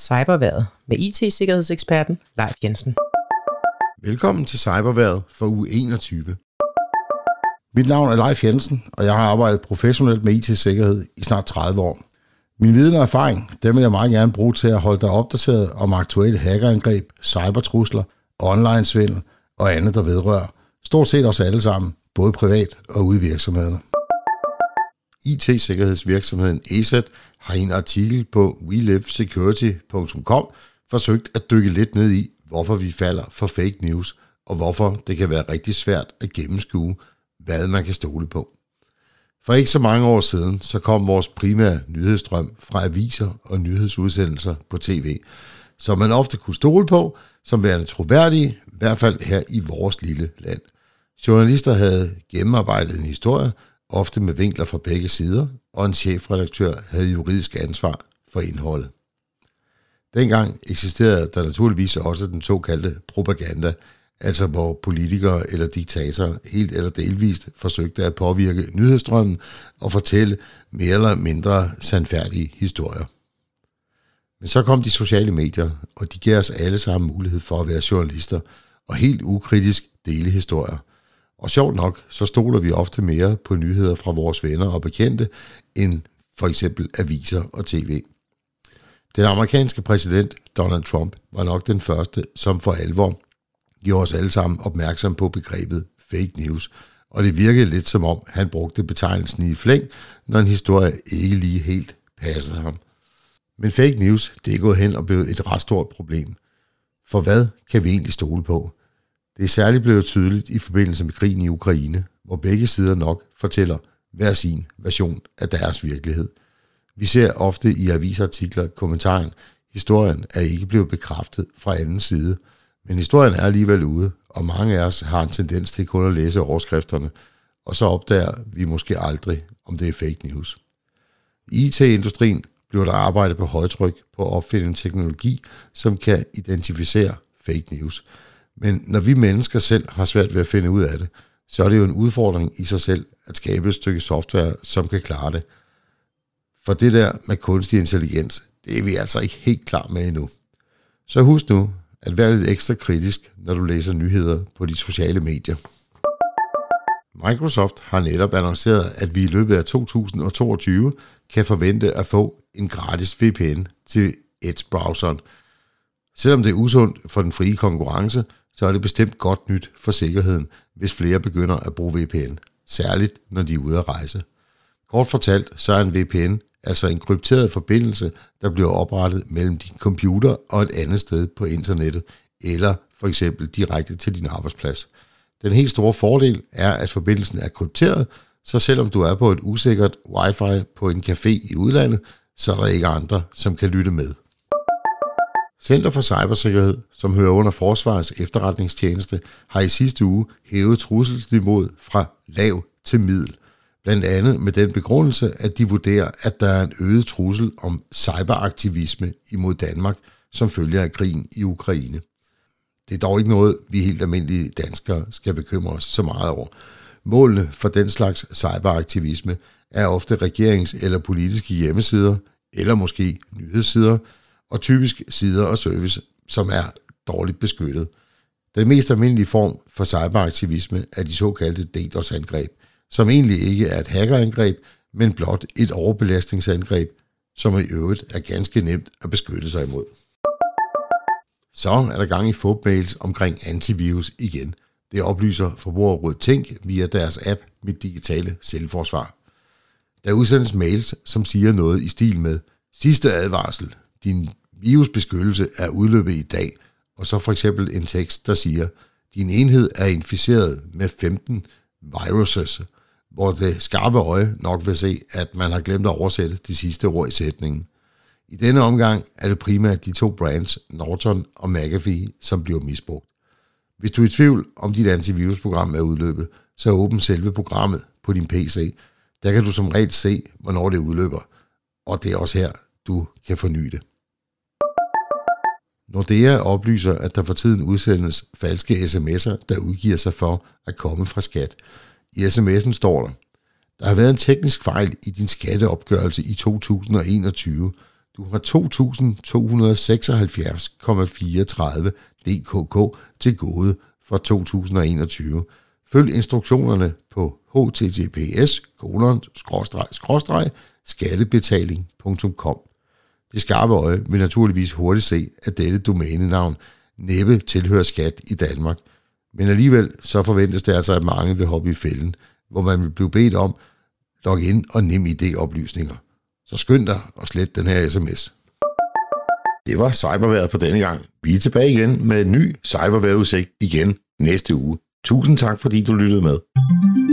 Cyberværet med IT-sikkerhedseksperten Leif Jensen. Velkommen til Cyberværet for uge 21. Mit navn er Leif Jensen, og jeg har arbejdet professionelt med IT-sikkerhed i snart 30 år. Min viden og erfaring, dem vil jeg meget gerne bruge til at holde dig opdateret om aktuelle hackerangreb, cybertrusler, online-svindel og andet, der vedrører stort set os alle sammen, både privat og ude i virksomhederne. IT-sikkerhedsvirksomheden ESET har i en artikel på welivesecurity.com forsøgt at dykke lidt ned i, hvorfor vi falder for fake news, og hvorfor det kan være rigtig svært at gennemskue, hvad man kan stole på. For ikke så mange år siden, så kom vores primære nyhedsstrøm fra aviser og nyhedsudsendelser på tv, som man ofte kunne stole på, som værende troværdige, i hvert fald her i vores lille land. Journalister havde gennemarbejdet en historie, ofte med vinkler fra begge sider, og en chefredaktør havde juridisk ansvar for indholdet. Dengang eksisterede der naturligvis også den såkaldte propaganda, altså hvor politikere eller diktatorer helt eller delvist forsøgte at påvirke nyhedsstrømmen og fortælle mere eller mindre sandfærdige historier. Men så kom de sociale medier, og de gav os alle sammen mulighed for at være journalister og helt ukritisk dele historier. Og sjovt nok, så stoler vi ofte mere på nyheder fra vores venner og bekendte, end for eksempel aviser og tv. Den amerikanske præsident Donald Trump var nok den første, som for alvor gjorde os alle sammen opmærksom på begrebet fake news, og det virkede lidt som om, han brugte betegnelsen i flæng, når en historie ikke lige helt passede ham. Men fake news, det er gået hen og blevet et ret stort problem. For hvad kan vi egentlig stole på? Det er særligt blevet tydeligt i forbindelse med krigen i Ukraine, hvor begge sider nok fortæller hver sin version af deres virkelighed. Vi ser ofte i avisartikler kommentaren, historien er ikke blevet bekræftet fra anden side, men historien er alligevel ude, og mange af os har en tendens til kun at læse overskrifterne, og så opdager vi måske aldrig, om det er fake news. I IT-industrien bliver der arbejdet på højtryk på at opfinde en teknologi, som kan identificere fake news. Men når vi mennesker selv har svært ved at finde ud af det, så er det jo en udfordring i sig selv at skabe et stykke software, som kan klare det. For det der med kunstig intelligens, det er vi altså ikke helt klar med endnu. Så husk nu at være lidt ekstra kritisk, når du læser nyheder på de sociale medier. Microsoft har netop annonceret, at vi i løbet af 2022 kan forvente at få en gratis VPN til Edge-browseren. Selvom det er usundt for den frie konkurrence, så er det bestemt godt nyt for sikkerheden, hvis flere begynder at bruge VPN, særligt når de er ude at rejse. Kort fortalt, så er en VPN altså en krypteret forbindelse, der bliver oprettet mellem din computer og et andet sted på internettet, eller for eksempel direkte til din arbejdsplads. Den helt store fordel er, at forbindelsen er krypteret, så selvom du er på et usikkert wifi på en café i udlandet, så er der ikke andre, som kan lytte med. Center for Cybersikkerhed, som hører under Forsvarets Efterretningstjeneste, har i sidste uge hævet trusselsniveauet fra lav til middel. Blandt andet med den begrundelse, at de vurderer, at der er en øget trussel om cyberaktivisme imod Danmark, som følger af krigen i Ukraine. Det er dog ikke noget, vi helt almindelige danskere skal bekymre os så meget over. Målene for den slags cyberaktivisme er ofte regerings- eller politiske hjemmesider, eller måske nyhedssider, og typisk sider og service, som er dårligt beskyttet. Den mest almindelige form for cyberaktivisme er de såkaldte DDoS-angreb, som egentlig ikke er et hackerangreb, men blot et overbelastningsangreb, som i øvrigt er ganske nemt at beskytte sig imod. Så er der gang i FOB-mails omkring antivirus igen. Det oplyser Forbrugerrådet Tænk via deres app Mit Digitale Selvforsvar. Der udsendes mails, som siger noget i stil med sidste advarsel, din virusbeskyttelse er udløbet i dag, og så for eksempel en tekst, der siger, din enhed er inficeret med 15 viruses, hvor det skarpe øje nok vil se, at man har glemt at oversætte de sidste ord i sætningen. I denne omgang er det primært de to brands, Norton og McAfee, som bliver misbrugt. Hvis du er i tvivl om dit antivirusprogram er udløbet, så åbn selve programmet på din PC. Der kan du som regel se, hvornår det udløber, og det er også her, du kan forny det. Nordea oplyser, at der for tiden udsendes falske sms'er, der udgiver sig for at komme fra skat. I sms'en står der har været en teknisk fejl i din skatteopgørelse i 2021. Du har 2.276,34 DKK til gode for 2021. Følg instruktionerne på https://skattebetaling.com. Det skarpe øje vil naturligvis hurtigt se, at dette domænenavn næppe tilhører skat i Danmark. Men alligevel så forventes det altså, at mange vil hoppe i fælden, hvor man vil blive bedt om login og NemID-oplysninger. Så skynd dig og slet den her sms. Det var cyberværet for denne gang. Vi er tilbage igen med en ny cyberværetudsigt igen næste uge. Tusind tak, fordi du lyttede med.